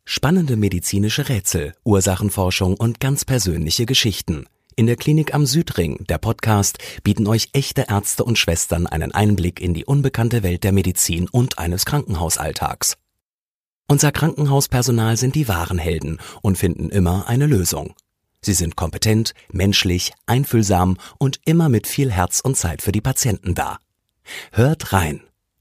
Spannende medizinische Rätsel, Ursachenforschung und ganz persönliche Geschichten. In der Klinik am Südring, der Podcast, bieten euch echte Ärzte und Schwestern einen Einblick in die unbekannte Welt der Medizin und eines Krankenhausalltags. Unser Krankenhauspersonal sind die wahren Helden und finden immer eine Lösung. Sie sind kompetent, menschlich, einfühlsam und immer mit viel Herz und Zeit für die Patienten da. Hört rein!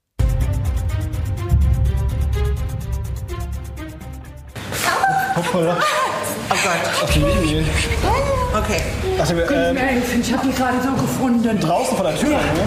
Hoppala. Oh Gott. Okay. Also, Können Sie mir helfen? Ich habe die gerade so gefunden. draußen vor der Tür, ne?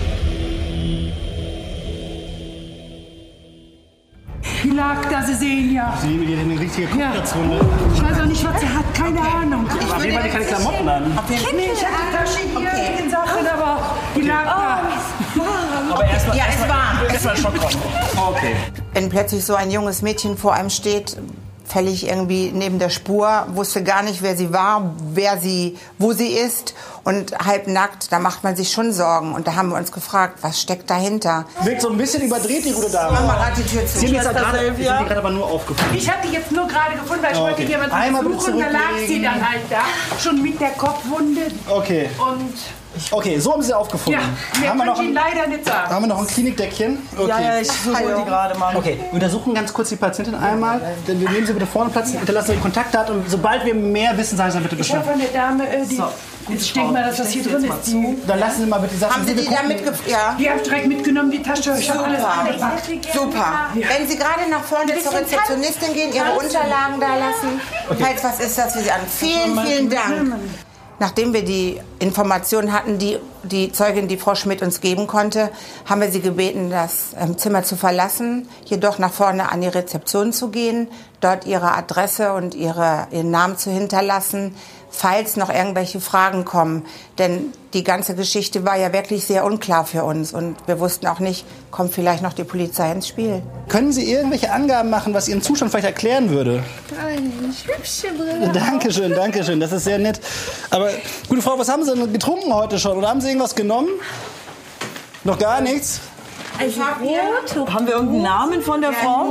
Die lag da, Sie sehen ja. Sie nehmen hier eine richtige Kopfplatzwunde. Ich weiß auch nicht, was sie hat. Keine Ahnung. Auf jeden Fall die keine Klamotten an. Nee, ich hatte die Tasche hier in Sachen, aber die lag da. Aber erstmal. Ja, es war. Erstmal Schock kommen. Okay. Wenn plötzlich so ein junges Mädchen vor einem steht, völlig irgendwie neben der Spur, wusste gar nicht, wer sie war, wo sie ist und halbnackt, da macht man sich schon Sorgen. Und da haben wir uns gefragt, was steckt dahinter? Wirkt so ein bisschen überdreht, die gute Dame. Mach mal gerade die Tür zu. Sie haben jetzt gerade aber nur aufgefunden. Ich habe die jetzt nur gerade gefunden, weil ich wollte jemanden Einmal bitte suchen. Da lag zurücklegen. sie dann halt da, schon mit der Kopfwunde. Okay. Und Okay, so haben Sie sie aufgefunden. ja, mehr haben wir kann noch ich Ihnen ein, leider nicht sagen. haben wir noch ein Klinikdeckchen? Okay. Ja, ich suche die gerade mal. Okay, wir untersuchen ganz kurz die Patientin einmal. Dann nehmen Sie bitte vorne Platz, hinterlassen Sie die Kontaktdaten und sobald wir mehr wissen, sagen Sie dann bitte Ich habe Bescheid. von der Dame, ich denke mal, dass das hier drin ist. Dann lassen Sie mal bitte die Sachen. Haben Sie die da mitgebracht? Ja. Die habe ich direkt mitgenommen, die Tasche. Ich habe alles angepackt. Super. Wenn Sie gerade nach vorne zur Rezeptionistin gehen, Ihre Unterlagen da lassen, falls was ist, dass wir Sie an. Vielen, vielen Dank. Nachdem wir die Informationen hatten, die Zeugin, die Frau Schmidt uns geben konnte, haben wir sie gebeten, das Zimmer zu verlassen, jedoch nach vorne an die Rezeption zu gehen, dort ihre Adresse und ihren Namen zu hinterlassen, falls noch irgendwelche Fragen kommen. Denn die ganze Geschichte war ja wirklich sehr unklar für uns und wir wussten auch nicht, kommt vielleicht noch die Polizei ins Spiel. Können Sie irgendwelche Angaben machen, was Ihren Zustand vielleicht erklären würde? Eine hübsche Brille. Dankeschön, dankeschön, das ist sehr nett. Aber, gute Frau, was haben Sie denn getrunken heute schon? Oder haben Sie irgendwas genommen? Noch gar nichts? Ich habe hier Haben wir irgendeinen Namen von der Frau?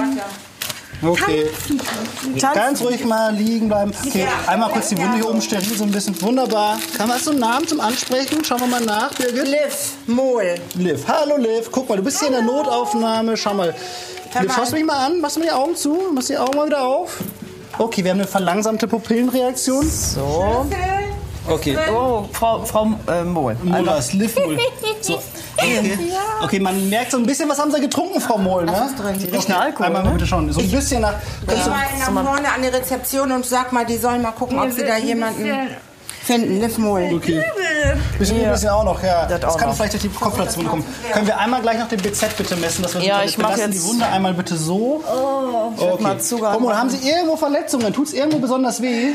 Okay. Ganz ruhig mal liegen bleiben. Okay, einmal kurz die Wunde hier oben steril, so ein bisschen. Wunderbar. Hast du einen Namen zum Ansprechen? Schauen wir mal nach, Birgit. Liv Mohl. Liv. Hallo Liv. Guck mal, du bist hier in der Notaufnahme. Schau mal. Liv, schaust du mich mal an? Machst du mir die Augen zu? Machst du die Augen mal wieder auf? Okay, wir haben eine verlangsamte Pupillenreaktion. So. Okay. Oh, Frau Mohl. Mohlers, Liv Mohl. So. Okay, man merkt so ein bisschen, was haben Sie getrunken, Frau Mohl, ne? drin. Die riechen Alkohol, Einmal mal bitte schauen. So ein bisschen nach... Geh mal nach vorne an die Rezeption und sag mal, die sollen mal gucken, ob sie da jemanden finden. Liv Mohl. Okay. Bisschen auch noch, ja. Das auch kann noch. vielleicht durch die Kopfplatzwunde kommen. Können wir einmal gleich noch den BZ bitte messen? Dass wir Ja, damit ich mach belassen jetzt- die Wunde einmal bitte so. Ich mal Zugang Frau Mohl, machen. haben Sie irgendwo Verletzungen? Tut es irgendwo besonders weh?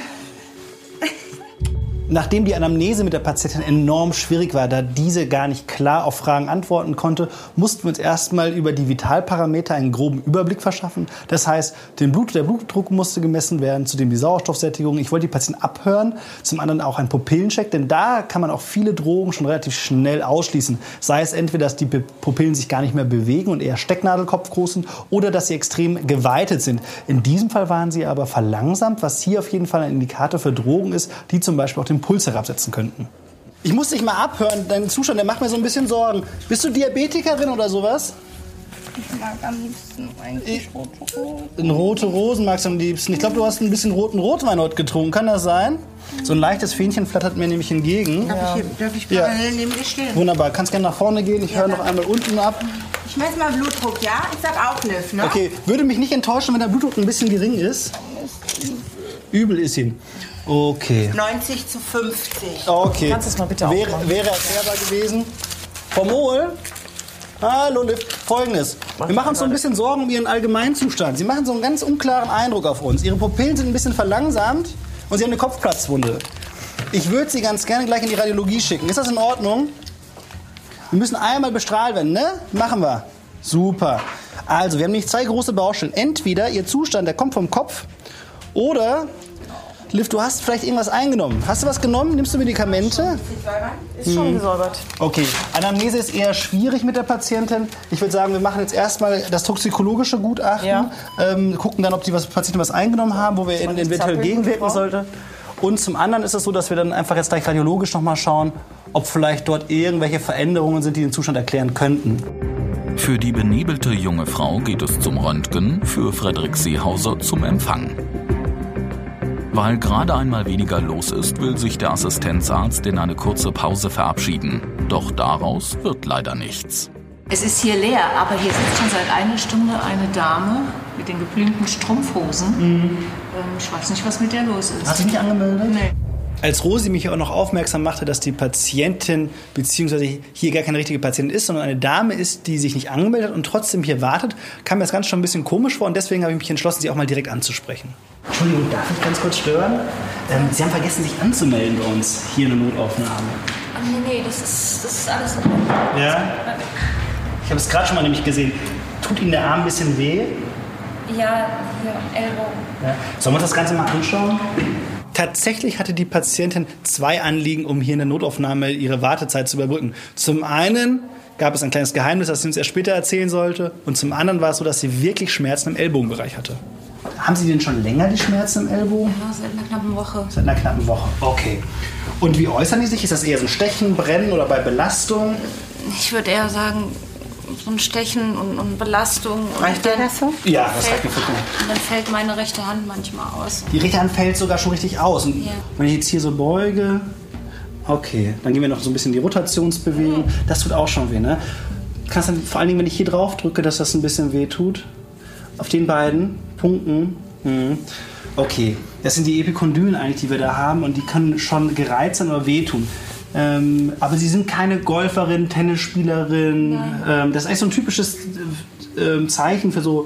Nachdem die Anamnese mit der Patientin enorm schwierig war, da diese gar nicht klar auf Fragen antworten konnte, mussten wir uns erstmal über die Vitalparameter einen groben Überblick verschaffen. Das heißt, der Blutdruck musste gemessen werden, zudem die Sauerstoffsättigung. Ich wollte die Patienten abhören, zum anderen auch einen Pupillencheck, denn da kann man auch viele Drogen schon relativ schnell ausschließen. Sei es entweder, dass die Pupillen sich gar nicht mehr bewegen und eher Stecknadelkopf groß sind, oder dass sie extrem geweitet sind. In diesem Fall waren sie aber verlangsamt, was hier auf jeden Fall ein Indikator für Drogen ist, die zum Beispiel auch den Puls herabsetzen könnten. Ich muss dich mal abhören, dein Zustand, der macht mir so ein bisschen Sorgen. Bist du Diabetikerin oder sowas? Ich mag am liebsten eigentlich rote Rosen. Eine rote Rosen magst du am liebsten. Ich glaube, du hast ein bisschen roten Rotwein heute getrunken. Kann das sein? So ein leichtes Fähnchen flattert mir nämlich entgegen. Darf ich parallel neben dir stehen? Wunderbar. Kannst gerne nach vorne gehen. Ich höre noch einmal unten ab. Ich messe mal Blutdruck, ja? Ich sag auch Liv, ne? Okay, würde mich nicht enttäuschen, wenn der Blutdruck ein bisschen gering ist. Übel ist ihn. Okay. 90 zu 50. Okay. Kannst du es mal bitte Wäre aufmachen? erklärbar gewesen. Frau Mohl? Hallo, Liv. Folgendes. Wir machen uns so ein bisschen Sorgen um Ihren Allgemeinzustand. Sie machen so einen ganz unklaren Eindruck auf uns. Ihre Pupillen sind ein bisschen verlangsamt und Sie haben eine Kopfplatzwunde. Ich würde Sie ganz gerne gleich in die Radiologie schicken. Ist das in Ordnung? Wir müssen einmal bestrahlt werden, ne? Machen wir. Super. Also, wir haben nämlich zwei große Baustellen. Entweder Ihr Zustand, der kommt vom Kopf, oder Liv, du hast vielleicht irgendwas eingenommen. Hast du was genommen? Nimmst du Medikamente? Ist schon gesäubert. Okay, Anamnese ist eher schwierig mit der Patientin. Ich würde sagen, wir machen jetzt erstmal das toxikologische Gutachten. Ja. Gucken dann, ob die Patienten was eingenommen haben, wo wir ihnen eventuell gegenwirken sollten. Und zum anderen ist es so, dass wir dann einfach jetzt gleich radiologisch nochmal schauen, ob vielleicht dort irgendwelche Veränderungen sind, die den Zustand erklären könnten. Für die benebelte junge Frau geht es zum Röntgen, für Frederik Seehauser zum Empfang. Weil gerade einmal weniger los ist, will sich der Assistenzarzt in eine kurze Pause verabschieden. Doch daraus wird leider nichts. Es ist hier leer, aber hier sitzt schon seit einer Stunde eine Dame mit den geblümten Strumpfhosen. Ich weiß nicht, was mit der los ist. Hat sie nicht angemeldet? Nee. Als Rosi mich auch noch aufmerksam machte, dass die Patientin beziehungsweise hier gar keine richtige Patientin ist, sondern eine Dame ist, die sich nicht angemeldet hat und trotzdem hier wartet, kam mir das Ganze schon ein bisschen komisch vor und deswegen habe ich mich entschlossen, sie auch mal direkt anzusprechen. Entschuldigung, darf ich ganz kurz stören? Sie haben vergessen, sich anzumelden bei uns hier in der Notaufnahme. Nee, das ist alles in Ordnung. Ja? Ich habe es gerade schon mal nämlich gesehen. Tut Ihnen der Arm ein bisschen weh? Ja, hier, Ellbogen. Ja. Sollen wir uns das Ganze mal anschauen? Tatsächlich hatte die Patientin 2 Anliegen, um hier in der Notaufnahme ihre Wartezeit zu überbrücken. Zum einen gab es ein kleines Geheimnis, das sie uns erst später erzählen sollte. Und zum anderen war es so, dass sie wirklich Schmerzen im Ellbogenbereich hatte. Haben Sie denn schon länger die Schmerzen im Ellbogen? Ja, seit einer knappen Woche. Seit einer knappen Woche, okay. Und wie äußern die sich? Ist das eher so ein Stechen, Brennen oder bei Belastung? Ich würde eher sagen, so ein Stechen und Belastung. Reicht dir das so? Ja, das reicht mir vollkommen. Und dann fällt meine rechte Hand manchmal aus. Die rechte Hand fällt sogar schon richtig aus. Und Ja. wenn ich jetzt hier so beuge, okay, dann gehen wir noch so ein bisschen die Rotationsbewegung. Das tut auch schon weh, ne? Kannst dann vor allen Dingen, wenn ich hier drauf drücke, dass das ein bisschen weh tut. Auf den beiden Punkten. Okay, das sind die Epikondylen eigentlich, die wir da haben und die können schon gereizt sein oder wehtun. Aber Sie sind keine Golferin, Tennisspielerin. Das ist eigentlich so ein typisches Zeichen für so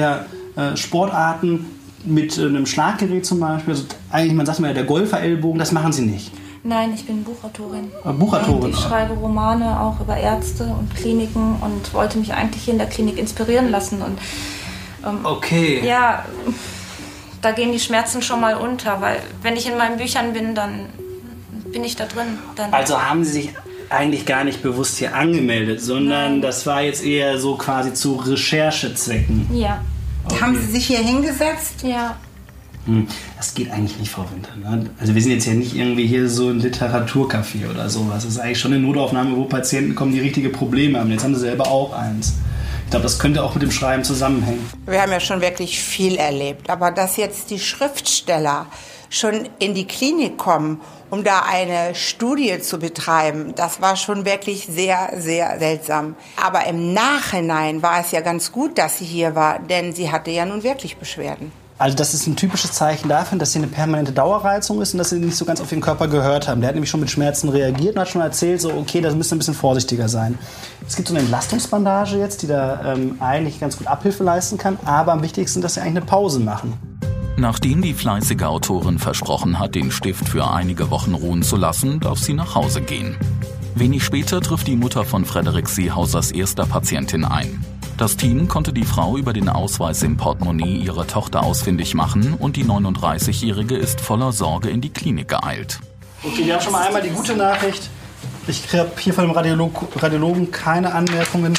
Sportarten mit einem Schlaggerät zum Beispiel. Also eigentlich, man sagt mal, der Golferellbogen, das machen Sie nicht. Nein, ich bin Buchautorin. Buchautorin? Und ich schreibe Romane auch über Ärzte und Kliniken und wollte mich eigentlich hier in der Klinik inspirieren lassen. Und okay. ja, da gehen die Schmerzen schon mal unter, weil wenn ich in meinen Büchern bin, dann bin ich da drin. Dann Also haben Sie sich eigentlich gar nicht bewusst hier angemeldet, sondern das war jetzt eher so quasi zu Recherchezwecken. Ja. Okay. Haben Sie sich hier hingesetzt? Ja. Das geht eigentlich nicht, Frau Winter. Ne? Also wir sind jetzt ja nicht irgendwie hier so ein Literaturcafé oder sowas. Das ist eigentlich schon eine Notaufnahme, wo Patienten kommen, die richtige Probleme haben. Jetzt haben sie selber auch eins. Ich glaube, das könnte auch mit dem Schreiben zusammenhängen. Wir haben ja schon wirklich viel erlebt. Aber dass jetzt die Schriftsteller schon in die Klinik kommen, um da eine Studie zu betreiben, das war schon wirklich sehr, sehr seltsam. Aber im Nachhinein war es ja ganz gut, dass sie hier war, denn sie hatte ja nun wirklich Beschwerden. Also das ist ein typisches Zeichen dafür, dass hier eine permanente Dauerreizung ist und dass sie nicht so ganz auf ihren Körper gehört haben. Der hat nämlich schon mit Schmerzen reagiert und hat schon erzählt, so okay, da müsst ihr ein bisschen vorsichtiger sein. Es gibt so eine Entlastungsbandage jetzt, die da eigentlich ganz gut Abhilfe leisten kann, aber am wichtigsten, dass sie eigentlich eine Pause machen. Nachdem die fleißige Autorin versprochen hat, den Stift für einige Wochen ruhen zu lassen, darf sie nach Hause gehen. Wenig später trifft die Mutter von Frederik Seehausers erster Patientin ein. Das Team konnte die Frau über den Ausweis im Portemonnaie ihrer Tochter ausfindig machen und die 39-Jährige ist voller Sorge in die Klinik geeilt. Okay, wir haben schon mal einmal die gute Nachricht. Ich habe hier von dem Radiologen keine Anmerkungen.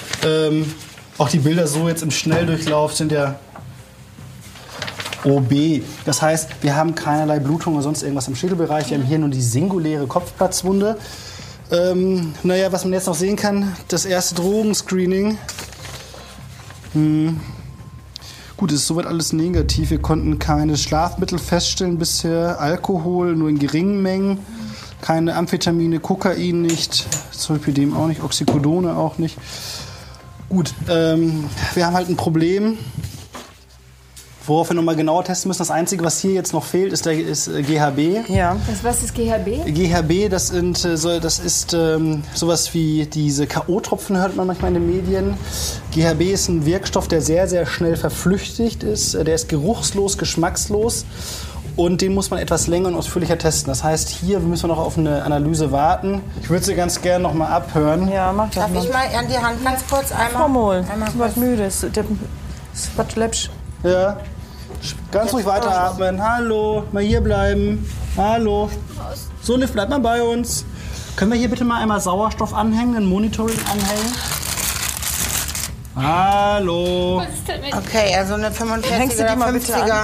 Auch die Bilder so jetzt im Schnelldurchlauf sind ja OB. Das heißt, wir haben keinerlei Blutung oder sonst irgendwas im Schädelbereich. Wir haben hier nur die singuläre Kopfplatzwunde. Was man jetzt noch sehen kann, das erste Drogenscreening. Gut, es ist soweit alles negativ. Wir konnten keine Schlafmittel feststellen bisher. Alkohol nur in geringen Mengen. Keine Amphetamine, Kokain nicht. Zolpidem auch nicht, Oxycodone auch nicht. Gut, wir haben halt ein Problem, worauf wir nochmal genauer testen müssen. Das Einzige, was hier jetzt noch fehlt, ist GHB. Ja. Was ist GHB? GHB, das ist sowas wie diese K.O.-Tropfen, hört man manchmal in den Medien. GHB ist ein Wirkstoff, der sehr, sehr schnell verflüchtigt ist. Der ist geruchslos, geschmackslos. Und den muss man etwas länger und ausführlicher testen. Das heißt, hier müssen wir noch auf eine Analyse warten. Ich würde sie ganz gerne noch mal abhören. Ja, mach das. Darf ich mal an die Hand ganz kurz einmal? Frau Mohl, Einmal ist was kurz. müde, ist was läppsch. Ja. Ganz ruhig weiteratmen. Hallo, mal hier bleiben. Hallo. So, Liv, bleib mal bei uns. Können wir hier bitte mal einmal Sauerstoff anhängen, ein Monitoring anhängen? Hallo. Okay, also eine 45er, 50er.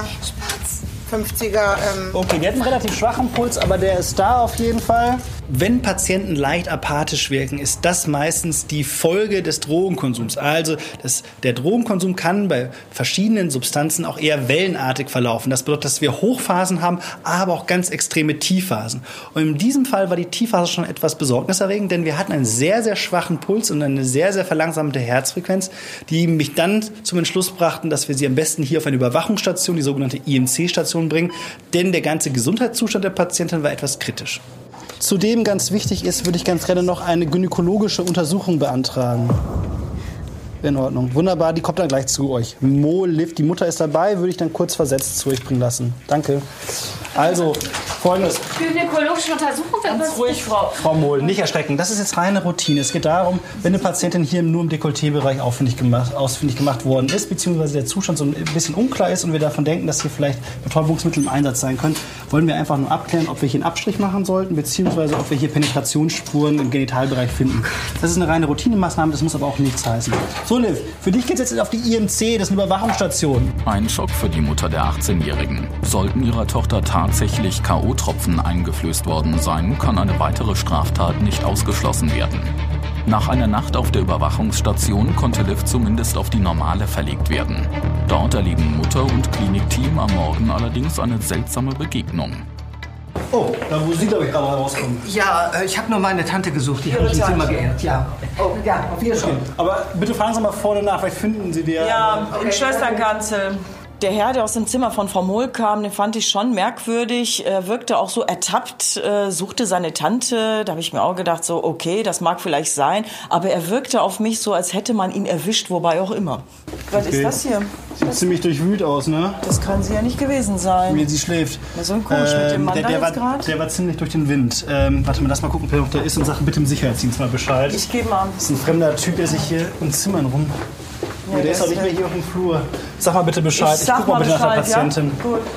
50er. Okay, der hat einen relativ schwachen Puls, aber der ist da auf jeden Fall. Wenn Patienten leicht apathisch wirken, ist das meistens die Folge des Drogenkonsums. Also der Drogenkonsum kann bei verschiedenen Substanzen auch eher wellenartig verlaufen. Das bedeutet, dass wir Hochphasen haben, aber auch ganz extreme Tiefphasen. Und in diesem Fall war die Tiefphase schon etwas besorgniserregend, denn wir hatten einen sehr, sehr schwachen Puls und eine sehr, sehr verlangsamte Herzfrequenz, die mich dann zum Entschluss brachten, dass wir sie am besten hier auf eine Überwachungsstation, die sogenannte IMC-Station, bringen, denn der ganze Gesundheitszustand der Patientin war etwas kritisch. Zudem ganz wichtig ist, würde ich ganz gerne noch eine gynäkologische Untersuchung beantragen. In Ordnung. Wunderbar, die kommt dann gleich zu euch. Liv, die Mutter ist dabei, würde ich dann kurz versetzt zu euch bringen lassen. Danke. Also, Folgendes. Gynäkologische Untersuchung? Ganz ruhig, Frau Mohl, nicht erschrecken. Das ist jetzt reine Routine. Es geht darum, wenn eine Patientin hier nur im Dekolleté-Bereich ausfindig gemacht worden ist, beziehungsweise der Zustand so ein bisschen unklar ist und wir davon denken, dass hier vielleicht Betäubungsmittel im Einsatz sein können, wollen wir einfach nur abklären, ob wir hier einen Abstrich machen sollten, beziehungsweise ob wir hier Penetrationsspuren im Genitalbereich finden. Das ist eine reine Routinemaßnahme, das muss aber auch nichts heißen. So, Liv, für dich geht's jetzt auf die IMC, das ist eine Überwachungsstation. Ein Schock für die Mutter der 18-Jährigen. Sollten ihrer Tochter tatsächlich K.O.-Tropfen eingeflößt worden sein, kann eine weitere Straftat nicht ausgeschlossen werden. Nach einer Nacht auf der Überwachungsstation konnte Liv zumindest auf die Normale verlegt werden. Dort erleben Mutter und Klinikteam am Morgen allerdings eine seltsame Begegnung. Oh, da wo Sie, glaube ich, gerade rauskommen. Ja, ich habe nur meine Tante gesucht, die habe ich im Zimmer geehrt. Ja. Oh, ja, auf Wiedersehen. Aber bitte fragen Sie mal vorne nach, vielleicht finden Sie die ja. Ja, in Schwesternkanzel. Der Herr, der aus dem Zimmer von Frau Mohl kam, den fand ich schon merkwürdig. Er wirkte auch so ertappt, suchte seine Tante. Da habe ich mir auch gedacht, so okay, das mag vielleicht sein. Aber er wirkte auf mich so, als hätte man ihn erwischt, wobei auch immer. Was ist das hier? Sieht ziemlich durchwühlt aus, ne? Das kann sie ja nicht gewesen sein. Wie sie schläft. Ja, so ein komisch mit dem Mann der war ziemlich durch den Wind. Warte mal, lass mal gucken, wer noch da ist und sag bitte im Sicherheitsdienst mal Bescheid. Ich gebe mal. Das ist ein fremder Typ, der sich hier in Zimmern rum... Ja, der ist auch nicht mehr hier auf dem Flur. Sag mal bitte Bescheid. Ich guck mal bitte nach der Patientin. Ja? Gut.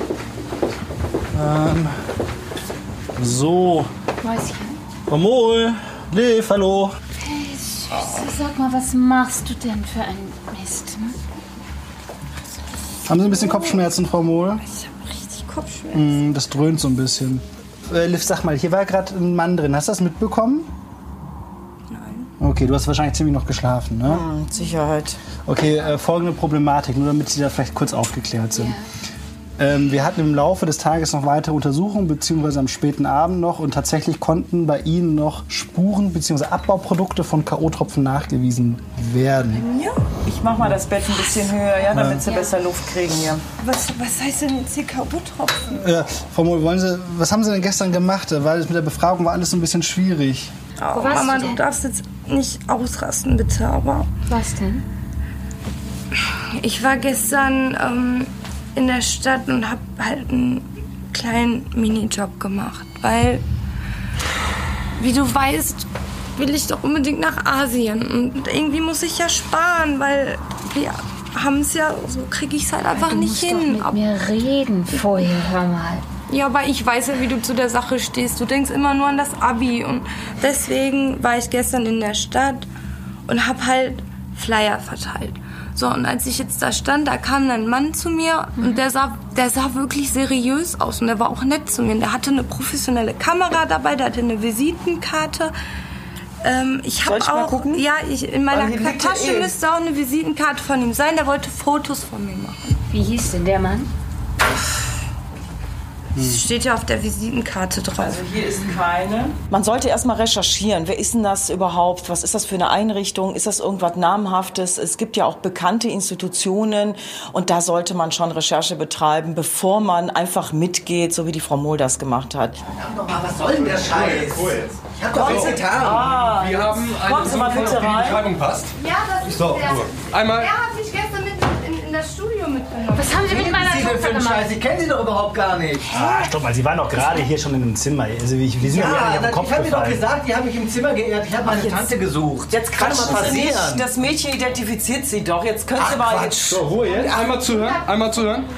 So. Mäuschen. Frau Mohl. Liv, hallo. Hey, Süße, sag mal, was machst du denn für einen Mist? Hm? Haben Sie ein bisschen Kopfschmerzen, Frau Mohl? Ich habe richtig Kopfschmerzen. Das dröhnt so ein bisschen. Liv, sag mal, hier war gerade ein Mann drin. Hast du das mitbekommen? Okay, du hast wahrscheinlich ziemlich noch geschlafen, ne? Mit Sicherheit. Okay, folgende Problematik, nur damit Sie da vielleicht kurz aufgeklärt sind. Ja. Wir hatten im Laufe des Tages noch weitere Untersuchungen, beziehungsweise am späten Abend noch. Und tatsächlich konnten bei Ihnen noch Spuren, beziehungsweise Abbauprodukte von K.O.-Tropfen nachgewiesen werden. Ja. Ich mach mal das Bett ein bisschen höher, ja, damit Sie besser Luft kriegen hier. Was heißt denn jetzt die K.O.-Tropfen? Frau Mohl, was haben Sie denn gestern gemacht? Weil mit der Befragung war alles so ein bisschen schwierig. Oh, Mama, du darfst jetzt nicht ausrasten, bitte, aber... Was denn? Ich war gestern in der Stadt und habe halt einen kleinen Minijob gemacht, weil, wie du weißt, will ich doch unbedingt nach Asien und irgendwie muss ich ja sparen, weil wir haben es ja, so kriege ich es halt einfach nicht hin. Doch mit mir reden vorher, hör mal. Ja, aber ich weiß ja, wie du zu der Sache stehst. Du denkst immer nur an das Abi. Und deswegen war ich gestern in der Stadt und habe halt Flyer verteilt. So, und als ich jetzt da stand, da kam dann ein Mann zu mir und der sah wirklich seriös aus. Und der war auch nett zu mir. Und der hatte eine professionelle Kamera dabei, der hatte eine Visitenkarte. Ich habe auch, gucken? Ja, in meiner Tasche müsste auch eine Visitenkarte von ihm sein. Der wollte Fotos von mir machen. Wie hieß denn der Mann? Das steht ja auf der Visitenkarte drauf. Also hier ist keine. Man sollte erst mal recherchieren. Wer ist denn das überhaupt? Was ist das für eine Einrichtung? Ist das irgendwas Namhaftes? Es gibt ja auch bekannte Institutionen. Und da sollte man schon Recherche betreiben, bevor man einfach mitgeht, so wie die Frau Mohl das gemacht hat. Was soll denn der Scheiß? Ich hab doch nichts getan. Wir haben eine Beschreibung passt. Ja, das ist so, einmal. Er hat mich gestern mit in das Studio mitgenommen. Was haben Sie mit meiner Tochter gemacht? Ich kenne Sie doch überhaupt gar nicht. Stopp mal, Sie waren doch gerade hier schon in einem Zimmer. Also wir sind ja nicht auf den Kopf gefallen. Ich habe mir doch gesagt, die haben mich im Zimmer geehrt. Ich habe meine Tante gesucht. Jetzt kann mal passieren. Das Mädchen identifiziert Sie doch. Jetzt können Sie mal... So, Ruhe jetzt. Einmal zuhören.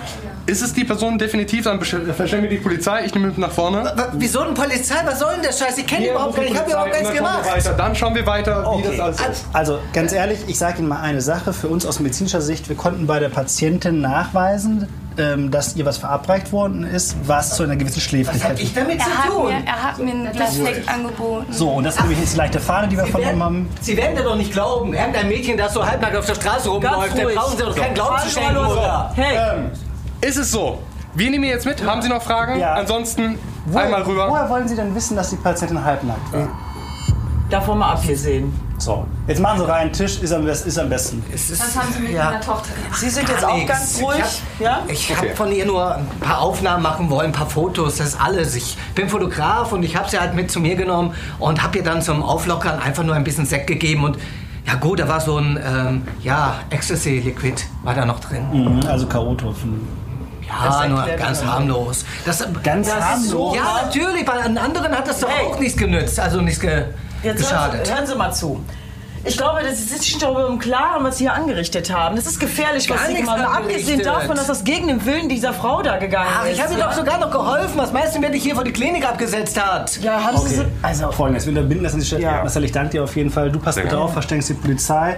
Ist es die Person definitiv? Dann verstellen wir die Polizei. Ich nehme ihn nach vorne. Wieso denn Polizei? Was soll denn der Scheiß? Ich kenne ihn überhaupt gar nicht. Ich habe überhaupt gar nichts gemacht. Dann schauen wir weiter, wie das alles ist. Also ganz ehrlich, ich sage Ihnen mal eine Sache. Für uns aus medizinischer Sicht, wir konnten bei der Patientin nachweisen, dass ihr was verabreicht worden ist, was zu einer gewissen Schläfrigkeit führt. Was habe ich damit zu tun? Er hat mir ein Glas Sekt angeboten. So, und das ist nämlich jetzt die leichte Fahne, die wir vernommen haben. Sie werden dir doch nicht glauben. Irgendein Mädchen, das so halbnackt auf der Straße rumläuft, der brauchen Sie doch keinen Glauben zu schenken, oder? Hey! Ist es so? Wir nehmen ihn jetzt mit. Haben Sie noch Fragen? Ja. Ansonsten einmal rüber. Woher wollen Sie denn wissen, dass die Patientin halbnackt war? Davon mal abgesehen. So, jetzt machen Sie rein. Tisch ist am besten. Was haben Sie mit meiner Tochter gemacht? Sie sind jetzt auch ganz ruhig. Ich habe von ihr nur ein paar Aufnahmen machen wollen, ein paar Fotos, das ist alles. Ich bin Fotograf und ich habe sie halt mit zu mir genommen und habe ihr dann zum Auflockern einfach nur ein bisschen Sekt gegeben. Und ja gut, da war so ein Ecstasy-Liquid war da noch drin. Also K.O.-Tropfen. Ja, nur ganz harmlos. Ganz harmlos? Ja, natürlich. Bei anderen hat das doch auch nichts genützt, also nichts geschadet. Hören Sie mal zu. Ich glaube, Sie sind sich darüber im Klaren, was Sie hier angerichtet haben. Das ist gefährlich, was Sie gemacht haben. Abgesehen davon, dass das gegen den Willen dieser Frau da gegangen ist. Ich habe ihr doch sogar noch geholfen. Was meinst du, wer dich hier vor die Klinik abgesetzt hat? Ja, haben Sie so... Also, Folgendes, wir unterbinden das an die Stelle. Marcel, ich danke dir auf jeden Fall. Du passt bitte auf, versteckst die Polizei.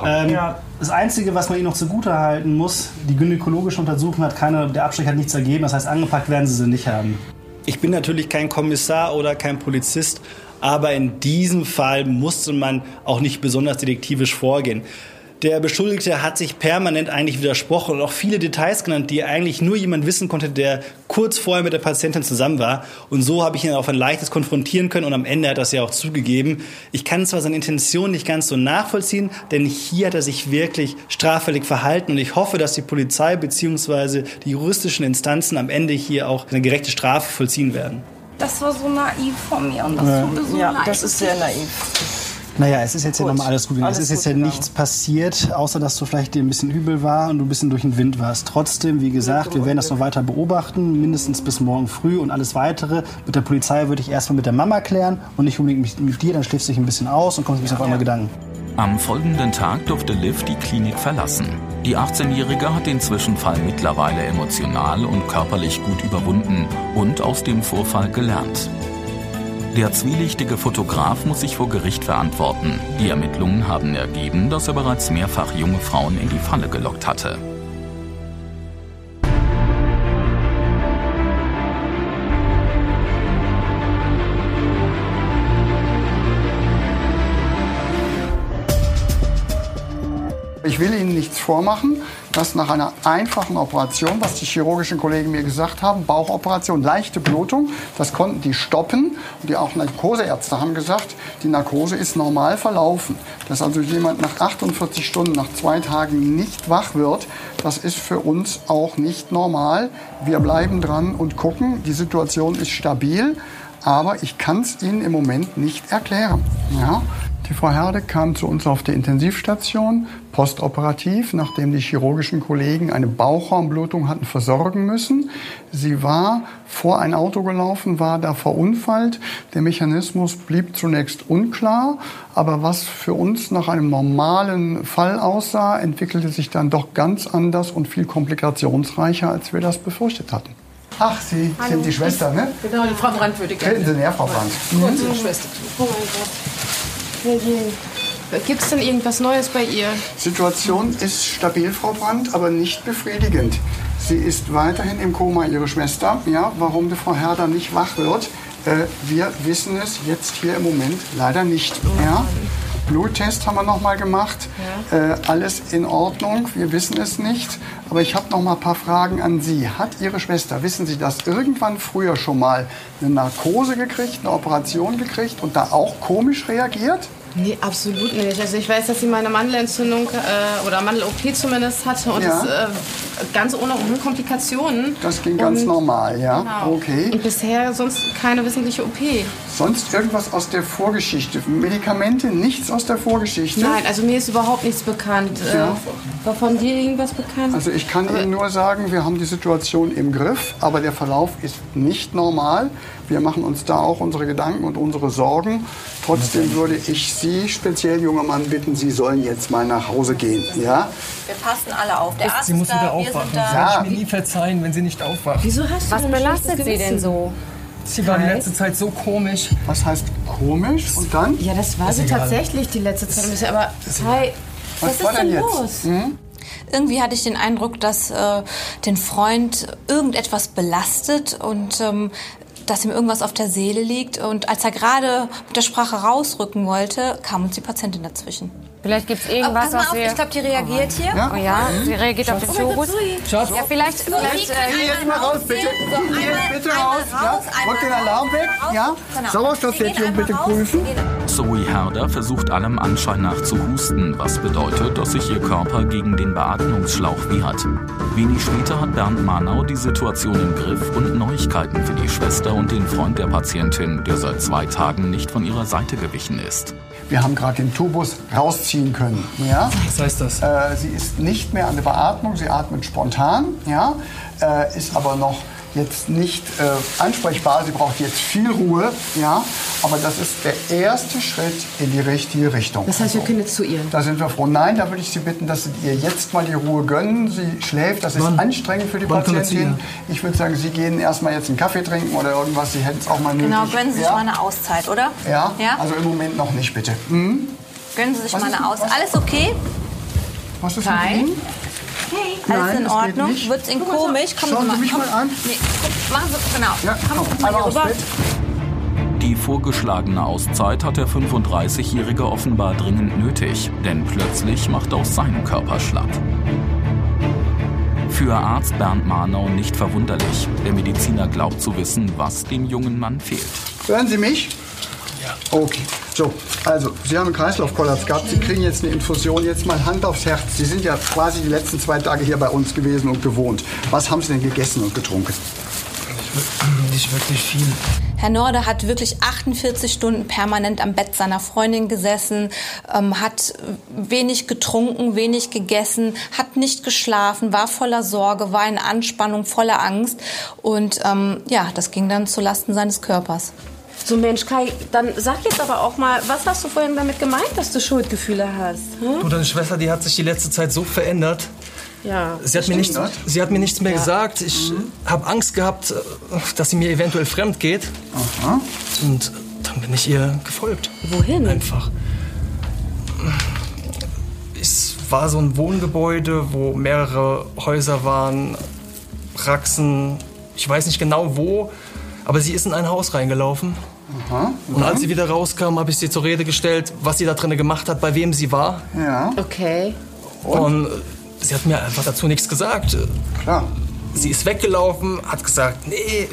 Das Einzige, was man ihnen noch zugutehalten muss, die gynäkologische Untersuchung der Abstrich hat nichts ergeben. Das heißt, angepackt werden sie nicht haben. Ich bin natürlich kein Kommissar oder kein Polizist, aber in diesem Fall musste man auch nicht besonders detektivisch vorgehen. Der Beschuldigte hat sich permanent eigentlich widersprochen und auch viele Details genannt, die eigentlich nur jemand wissen konnte, der kurz vorher mit der Patientin zusammen war. Und so habe ich ihn auf ein leichtes konfrontieren können und am Ende hat er es ja auch zugegeben. Ich kann zwar seine Intention nicht ganz so nachvollziehen, denn hier hat er sich wirklich straffällig verhalten und ich hoffe, dass die Polizei bzw. die juristischen Instanzen am Ende hier auch eine gerechte Strafe vollziehen werden. Das war so naiv von mir und das tut mir so leid. Das ist sehr naiv. Naja, es ist jetzt ja nochmal alles gut. Es ist jetzt ja nichts passiert, außer dass du vielleicht dir ein bisschen übel war und du ein bisschen durch den Wind warst. Trotzdem, wie gesagt, wir werden das noch weiter beobachten, mindestens bis morgen früh und alles Weitere. Mit der Polizei würde ich erstmal mit der Mama klären und nicht unbedingt mit dir, dann schläfst du dich ein bisschen aus und kommst ein bisschen auf einmal Gedanken. Am folgenden Tag durfte Liv die Klinik verlassen. Die 18-Jährige hat den Zwischenfall mittlerweile emotional und körperlich gut überwunden und aus dem Vorfall gelernt. Der zwielichtige Fotograf muss sich vor Gericht verantworten. Die Ermittlungen haben ergeben, dass er bereits mehrfach junge Frauen in die Falle gelockt hatte. Ich will Ihnen nichts vormachen, dass nach einer einfachen Operation, was die chirurgischen Kollegen mir gesagt haben, Bauchoperation, leichte Blutung, das konnten die stoppen. Und die auch Narkoseärzte haben gesagt, die Narkose ist normal verlaufen. Dass also jemand nach 48 Stunden, nach 2 Tagen nicht wach wird, das ist für uns auch nicht normal. Wir bleiben dran und gucken. Die Situation ist stabil, aber ich kann es Ihnen im Moment nicht erklären. Ja? Die Frau Herde kam zu uns auf die Intensivstation, postoperativ, nachdem die chirurgischen Kollegen eine Bauchraumblutung hatten versorgen müssen. Sie war vor ein Auto gelaufen, war da verunfallt. Der Mechanismus blieb zunächst unklar, aber was für uns nach einem normalen Fall aussah, entwickelte sich dann doch ganz anders und viel komplikationsreicher, als wir das befürchtet hatten. Ach, Sie sind die Schwester, ne? Genau, die Frau Brandt würde gerne. Treten Sie näher, Frau Brandt. Unsere Schwester. Oh mein Gott. Gibt es denn irgendwas Neues bei ihr? Situation ist stabil, Frau Brandt, aber nicht befriedigend. Sie ist weiterhin im Koma, Ihre Schwester. Ja, warum die Frau Herder nicht wach wird, wir wissen es jetzt hier im Moment leider nicht. Ja? Bluttest haben wir noch mal gemacht. Alles in Ordnung, wir wissen es nicht. Aber ich habe noch mal ein paar Fragen an Sie. Hat Ihre Schwester, wissen Sie das, irgendwann früher schon mal eine Narkose gekriegt, eine Operation gekriegt und da auch komisch reagiert? Nee, absolut nicht. Also ich weiß, dass sie mal eine Mandelentzündung oder Mandel-OP zumindest hatte und das ganz ohne Komplikationen. Das ging ganz normal, ja? Genau. Okay. Und bisher sonst keine wissentliche OP. Sonst irgendwas aus der Vorgeschichte? Medikamente, nichts aus der Vorgeschichte? Nein, also mir ist überhaupt nichts bekannt. War von dir irgendwas bekannt? Also ich kann Ihnen nur sagen, wir haben die Situation im Griff, aber der Verlauf ist nicht normal. Wir machen uns da auch unsere Gedanken und unsere Sorgen. Trotzdem würde ich Sie, speziell junger Mann, bitten, Sie sollen jetzt mal nach Hause gehen. Ja? Wir passen alle auf. Der Arzt Sie muss wieder aufstehen. aufwachen. da. Das werde ich mir nie verzeihen, wenn sie nicht aufwacht. Wieso hast du Was belastet sie denn so? Sie war die letzte Zeit so komisch. Was heißt komisch? Und dann? Ja, das war sie tatsächlich die letzte Zeit. Aber Kai, was ist denn los? Irgendwie hatte ich den Eindruck, dass den Freund irgendetwas belastet und dass ihm irgendwas auf der Seele liegt. Und als er gerade mit der Sprache rausrücken wollte, kam uns die Patientin dazwischen. Vielleicht gibt es irgendwas, was wir... Ich glaube, die reagiert hier. Ja? Oh ja, sie reagiert auf den Zirkus. Schatz. Ja, vielleicht Geh jetzt mal raus, bitte. Geh jetzt bitte raus. Ja? Rück den Alarm weg. Ja? Sauerstoffsättigung bitte prüfen. Zoe Herder versucht allem Anschein nach zu husten, was bedeutet, dass sich ihr Körper gegen den Beatmungsschlauch wehrt. Wenig später hat Bernd Marnau die Situation im Griff und Neuigkeiten für die Schwester und den Freund der Patientin, der seit 2 Tagen nicht von ihrer Seite gewichen ist. Wir haben gerade den Tubus rausziehen können. Ja? Was heißt das? Sie ist nicht mehr an der Beatmung, sie atmet spontan, ja? Ist aber noch jetzt nicht ansprechbar. Sie braucht jetzt viel Ruhe, ja? Aber das ist der erste Schritt in die richtige Richtung. Das heißt, wir können jetzt zu ihr? Da sind wir froh. Nein, da würde ich Sie bitten, dass Sie ihr jetzt mal die Ruhe gönnen. Sie schläft, das ist anstrengend für die Patientin. Ich würde sagen, Sie gehen erstmal jetzt einen Kaffee trinken oder irgendwas. Sie hätten es auch mal nötig. Genau, gönnen Sie sich mal eine Auszeit, oder? Ja? Also im Moment noch nicht, bitte. Gönnen Sie sich mal eine Auszeit. Alles okay? Was ist mit Ihnen? Alles Nein, in Ordnung? Wird es Ihnen komisch? Schauen Sie mich mal an. Nee, machen Sie, genau. Ja, Kommen Sie mal einmal hier aufs rüber. Bett. Die vorgeschlagene Auszeit hat der 35-Jährige offenbar dringend nötig, denn plötzlich macht auch sein Körper schlapp. Für Arzt Bernd Marnau nicht verwunderlich. Der Mediziner glaubt zu wissen, was dem jungen Mann fehlt. Hören Sie mich? Ja. Okay. So, also, Sie haben einen Kreislaufkollaps gehabt. Sie kriegen jetzt eine Infusion. Jetzt mal Hand aufs Herz. Sie sind ja quasi die letzten 2 Tage hier bei uns gewesen und gewohnt. Was haben Sie denn gegessen und getrunken? Nicht wirklich viel. Herr Norde hat wirklich 48 Stunden permanent am Bett seiner Freundin gesessen, hat wenig getrunken, wenig gegessen, hat nicht geschlafen, war voller Sorge, war in Anspannung, voller Angst. Und das ging dann zulasten seines Körpers. So Mensch, Kai, dann sag jetzt aber auch mal, was hast du vorhin damit gemeint, dass du Schuldgefühle hast? Du, deine Schwester, die hat sich die letzte Zeit so verändert. Ja. Sie hat mir nichts mehr gesagt. Ich habe Angst gehabt, dass sie mir eventuell fremd geht. Aha. Und dann bin ich ihr gefolgt. Wohin? Einfach. Es war so ein Wohngebäude, wo mehrere Häuser waren, Praxen. Ich weiß nicht genau wo, aber sie ist in ein Haus reingelaufen. Aha. Und als sie wieder rauskam, habe ich sie zur Rede gestellt, was sie da drinnen gemacht hat, bei wem sie war. Ja. Okay. Und sie hat mir einfach dazu nichts gesagt. Klar. Sie ist weggelaufen, hat gesagt, nee,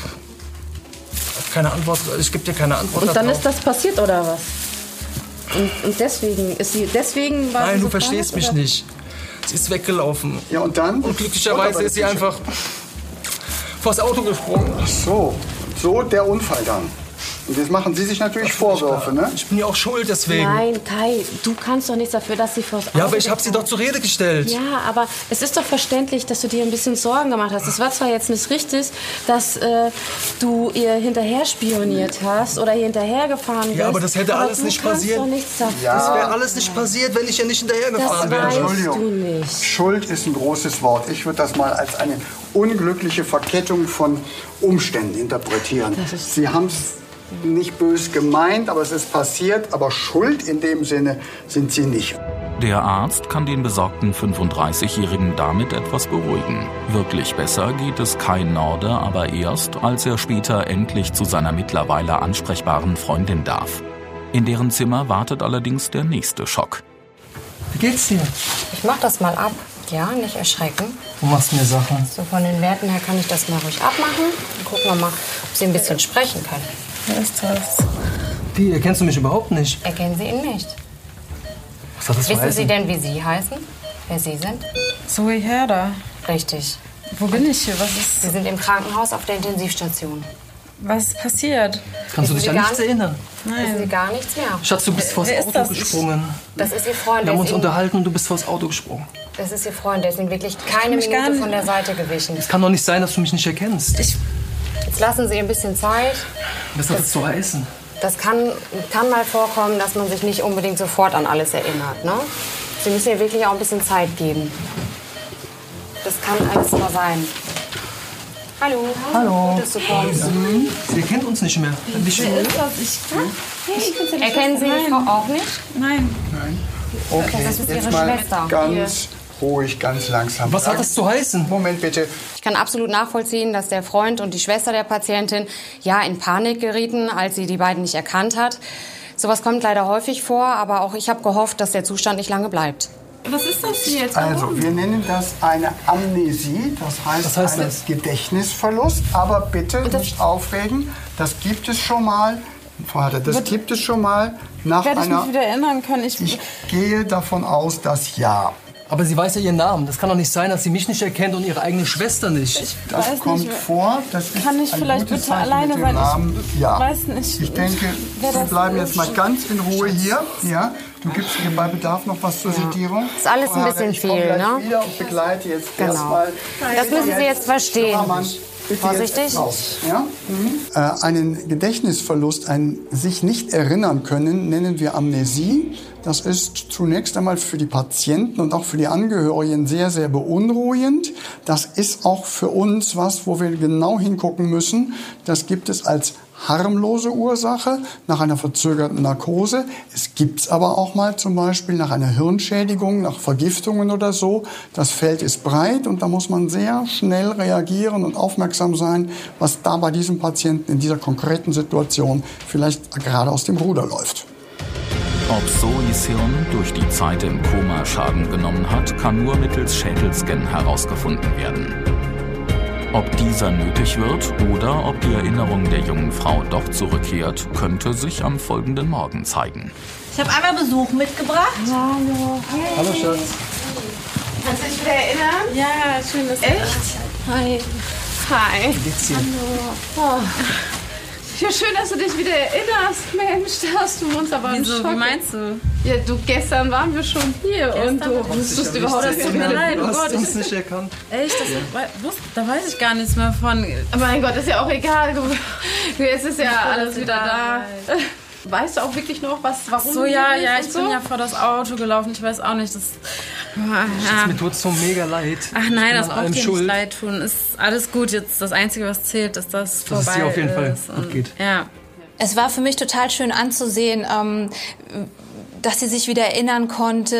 keine Antwort, ich gebe dir keine Antwort. Und dann darauf. ist das passiert, oder was? Und deswegen war Nein, sie du so verstehst verletzt, mich oder? nicht. Sie ist weggelaufen. Ja, und dann? Und glücklicherweise ist sie einfach vors Auto gesprungen. Ach so der Unfall dann. Und jetzt machen Sie sich natürlich Vorwürfe, ne? Ich bin ja auch schuld deswegen. Nein, Kai, du kannst doch nichts dafür, dass sie vors Auto Ja, aber ich habe sie doch zur Rede gestellt. Ja, aber es ist doch verständlich, dass du dir ein bisschen Sorgen gemacht hast. Es war zwar jetzt nicht richtig, dass du ihr hinterher spioniert hast oder ihr hinterher gefahren bist. Ja, aber das hätte alles nicht passiert. Doch nichts dafür. Ja. Das wäre alles nicht passiert, wenn ich ihr nicht hinterher gefahren wäre. Das weißt Entschuldigung. du nicht. Schuld ist ein großes Wort. Ich würde das mal als eine unglückliche Verkettung von Umständen interpretieren. Sie haben es nicht bös gemeint, aber es ist passiert. Aber schuld in dem Sinne sind Sie nicht. Der Arzt kann den besorgten 35-Jährigen damit etwas beruhigen. Wirklich besser geht es Kai Norde aber erst, als er später endlich zu seiner mittlerweile ansprechbaren Freundin darf. In deren Zimmer wartet allerdings der nächste Schock. Wie geht's dir? Ich mach das mal ab. Ja, nicht erschrecken. Du machst mir Sachen. So von den Werten her kann ich das mal ruhig abmachen. Dann gucken wir mal, ob Sie ein bisschen sprechen können. Wer ist das? Wie, erkennst du mich überhaupt nicht? Erkennen Sie ihn nicht. Was hat das Wissen für Sie denn, wie Sie heißen? Wer Sie sind? Zoe Herder. Richtig. Wo bin ich hier? Was ist... Sie sind im Krankenhaus auf der Intensivstation. Was ist passiert? Kannst du dich an nichts erinnern? Wissen Sie gar nichts mehr? Schatz, du bist vors Auto gesprungen. Das ist Ihr Freund. Wir haben uns unterhalten und du bist vors Auto gesprungen. Das ist Ihr Freund. Der ist Ihnen wirklich keine Minute von der Seite gewichen. Es kann doch nicht sein, dass du mich nicht erkennst. Jetzt lassen Sie ihr ein bisschen Zeit. Was hat das zu heißen? Das kann mal vorkommen, dass man sich nicht unbedingt sofort an alles erinnert. Ne? Sie müssen ihr wirklich auch ein bisschen Zeit geben. Das kann alles mal sein. Hallo. Hallo. Gut, dass du kommst. Sie kennt uns nicht mehr. Erkennen Sie die Frau auch nicht? Nein. Okay, Das ist jetzt Ihre mal Schwester. ganz ruhig, ganz langsam. Was hat das zu heißen? Moment bitte. Ich kann absolut nachvollziehen, dass der Freund und die Schwester der Patientin in Panik gerieten, als sie die beiden nicht erkannt hat. Sowas kommt leider häufig vor, aber auch ich habe gehofft, dass der Zustand nicht lange bleibt. Was ist das hier jetzt? Also, wir nennen das eine Amnesie, das heißt ein Gedächtnisverlust. Aber bitte nicht aufregen, das gibt es schon mal. Vater, das gibt es schon mal nach Werde ich einer... mich wieder erinnern können? Ich gehe davon aus, dass ja. Aber sie weiß ja ihren Namen. Das kann doch nicht sein, dass sie mich nicht erkennt und ihre eigene Schwester nicht. Das kommt vor. Das ist kann ich ein vielleicht gutes bitte Zeichen alleine, mit dem weil Namen. Ja. weiß nicht. Ich denke, Sie bleiben jetzt mal ganz in Ruhe hier. Ja. Du gibst mir bei Bedarf noch was zur Sedierung. Ist alles ein bisschen ich komme viel, gleich ne? wieder und begleite jetzt Genau. erstmal. Das müssen Sie jetzt verstehen. Bitte Vorsichtig. jetzt raus, ja? Einen Gedächtnisverlust, ein sich nicht erinnern können, nennen wir Amnesie. Das ist zunächst einmal für die Patienten und auch für die Angehörigen sehr, sehr beunruhigend. Das ist auch für uns was, wo wir genau hingucken müssen. Das gibt es als harmlose Ursache nach einer verzögerten Narkose. Es gibt's aber auch mal zum Beispiel nach einer Hirnschädigung, nach Vergiftungen oder so. Das Feld ist breit und da muss man sehr schnell reagieren und aufmerksam sein, was da bei diesem Patienten in dieser konkreten Situation vielleicht gerade aus dem Ruder läuft. Ob Zoes Hirn durch die Zeit im Koma Schaden genommen hat, kann nur mittels Schädelscan herausgefunden werden. Ob dieser nötig wird oder ob die Erinnerung der jungen Frau doch zurückkehrt, könnte sich am folgenden Morgen zeigen. Ich habe einmal Besuch mitgebracht. Hallo. Hallo, Schatz. Kannst du dich wieder erinnern? Ja, schön, dass Echt? Hi. Hi. Wie geht's dir? Hallo. Oh. Ja, schön, dass du dich wieder erinnerst. Mensch, da hast du uns aber einen Wieso? Schock. Wie meinst du? Ja, du, gestern waren wir schon hier und du wusstest überhaupt das tut mir leid. Du Oh hast Gott, uns nicht erkannt. Echt? Da weiß ich gar nichts mehr von. Mein Gott, ist ja auch egal. Jetzt ist ja alles wieder da. Weißt du auch wirklich noch, warum So, du ja, hier bist ich und so? bin ja vor das Auto gelaufen. Ich weiß auch nicht. Schatz, mir tut's so mega leid. Ach nein, Ich das bin an braucht allem dir nicht schuld. leid tun. Ist alles gut. Jetzt das Einzige, was zählt, ist, dass Dass es vorbei dir auf jeden Fall ist. gut geht. Ja. Es war für mich total schön anzusehen, dass sie sich wieder erinnern konnte,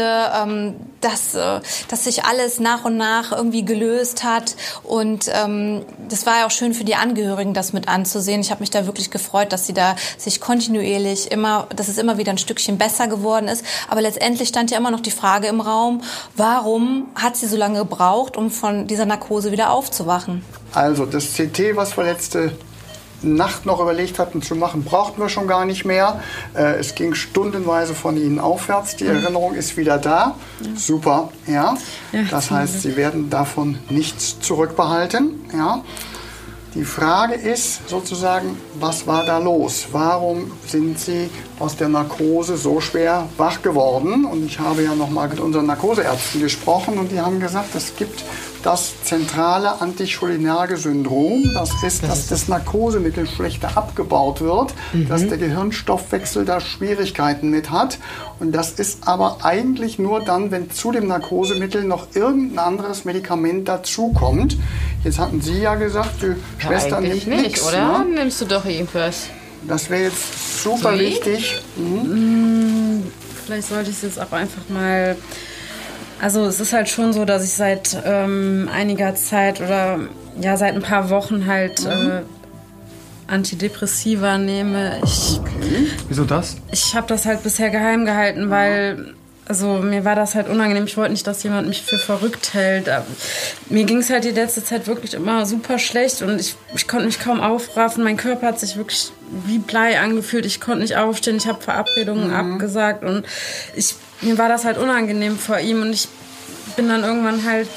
dass sich alles nach und nach irgendwie gelöst hat. Und das war ja auch schön für die Angehörigen, das mit anzusehen. Ich habe mich da wirklich gefreut, dass sie da sich kontinuierlich dass es immer wieder ein Stückchen besser geworden ist. Aber letztendlich stand ja immer noch die Frage im Raum, warum hat sie so lange gebraucht, um von dieser Narkose wieder aufzuwachen? Also das CT, was wir letzte Nacht noch überlegt hatten zu machen, brauchten wir schon gar nicht mehr. Es ging stundenweise von Ihnen aufwärts. Die Erinnerung ist wieder da. Ja. Super, ja. Das heißt, Sie werden davon nichts zurückbehalten. Ja. Die Frage ist sozusagen, was war da los? Warum sind Sie aus der Narkose so schwer wach geworden? Und ich habe ja noch mal mit unseren Narkoseärzten gesprochen und die haben gesagt, es gibt das zentrale Anticholinerge-Syndrom. Das ist, dass das Narkosemittel schlechter abgebaut wird, dass der Gehirnstoffwechsel da Schwierigkeiten mit hat. Und das ist aber eigentlich nur dann, wenn zu dem Narkosemittel noch irgendein anderes Medikament dazukommt. Jetzt hatten Sie ja gesagt, die Schwester nimmt nichts, oder? ne? Nimmst du doch irgendwas? Das wäre jetzt super wichtig. Vielleicht sollte ich es jetzt auch einfach mal... Also es ist halt schon so, dass ich seit einiger Zeit oder ja seit ein paar Wochen halt Antidepressiva nehme. Wieso das? Ich habe das halt bisher geheim gehalten, weil also mir war das halt unangenehm. Ich wollte nicht, dass jemand mich für verrückt hält. Mir ging es halt die letzte Zeit wirklich immer super schlecht und ich konnte mich kaum aufraffen. Mein Körper hat sich wirklich wie Blei angefühlt. Ich konnte nicht aufstehen. Ich habe Verabredungen abgesagt und mir war das halt unangenehm vor ihm und ich bin dann irgendwann halt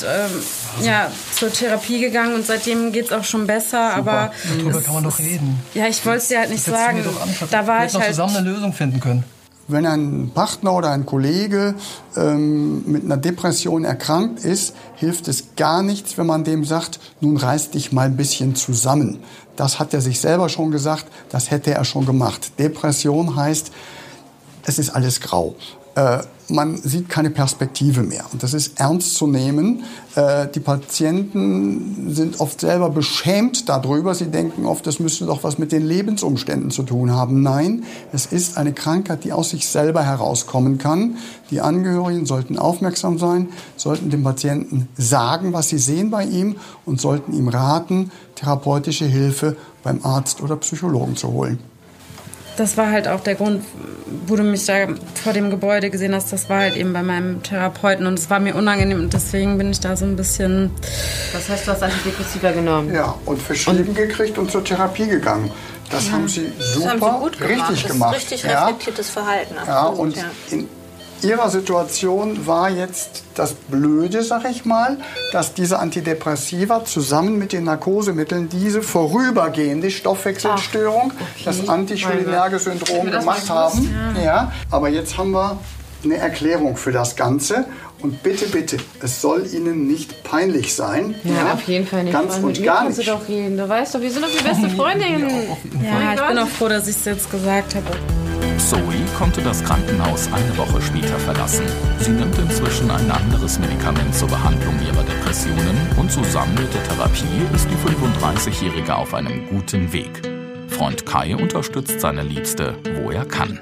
zur Therapie gegangen und seitdem geht's auch schon besser. Super. Aber darüber kann man doch reden. Ja, ich wollte es dir halt nicht sagen. Da war ich noch halt zusammen eine Lösung finden können. Wenn ein Partner oder ein Kollege mit einer Depression erkrankt ist, hilft es gar nichts, wenn man dem sagt, nun reiß dich mal ein bisschen zusammen. Das hat er sich selber schon gesagt, das hätte er schon gemacht. Depression heißt, es ist alles grau. Man sieht keine Perspektive mehr. Und das ist ernst zu nehmen. Die Patienten sind oft selber beschämt darüber. Sie denken oft, das müsste doch was mit den Lebensumständen zu tun haben. Nein, es ist eine Krankheit, die aus sich selber herauskommen kann. Die Angehörigen sollten aufmerksam sein, sollten dem Patienten sagen, was sie sehen bei ihm und sollten ihm raten, therapeutische Hilfe beim Arzt oder Psychologen zu holen. Das war halt auch der Grund, wo du mich da vor dem Gebäude gesehen hast. Das war halt eben bei meinem Therapeuten und es war mir unangenehm und deswegen bin ich da so ein bisschen... Das heißt, du hast Antidepressiva genommen? Ja, und verschrieben gekriegt und zur Therapie gegangen. Das haben Sie super, das haben Sie gut gemacht. richtig gemacht. Das ist richtig reflektiertes Verhalten. Absolut, ja, und in Ihrer Situation war jetzt das Blöde, sag ich mal, dass diese Antidepressiva zusammen mit den Narkosemitteln diese vorübergehende Stoffwechselstörung, das Anticholinerge-Syndrom gemacht haben. Ja, aber jetzt haben wir eine Erklärung für das Ganze. Und bitte, bitte, es soll Ihnen nicht peinlich sein. Ja, auf jeden Fall nicht. Ganz und gar nicht. Du doch reden. Du weißt doch, wir sind doch die beste Freundin. Ja, ich bin auch froh, dass ich es jetzt gesagt habe. Zoe konnte das Krankenhaus eine Woche später verlassen. Sie nimmt inzwischen ein anderes Medikament zur Behandlung ihrer Depressionen und zusammen mit der Therapie ist die 35-Jährige auf einem guten Weg. Freund Kai unterstützt seine Liebste, wo er kann.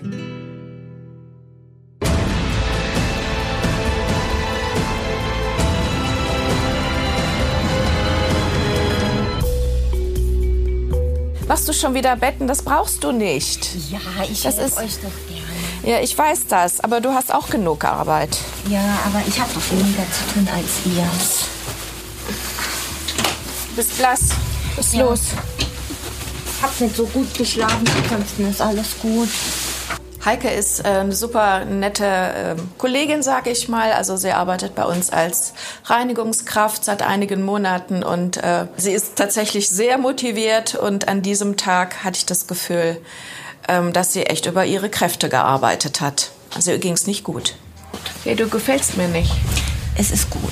Machst du schon wieder Betten? Das brauchst du nicht. Ja, ich helfe euch doch gerne. Ja, ich weiß das, aber du hast auch genug Arbeit. Ja, aber ich habe doch weniger zu tun als ihr. Du bist blass. Was ist los? Ich habe nicht so gut geschlafen, ansonsten ist alles gut. Heike ist eine super nette Kollegin, sag ich mal. Also sie arbeitet bei uns als Reinigungskraft seit einigen Monaten und sie ist tatsächlich sehr motiviert und an diesem Tag hatte ich das Gefühl, dass sie echt über ihre Kräfte gearbeitet hat. Also ihr ging es nicht gut. Hey, du gefällst mir nicht. Es ist gut.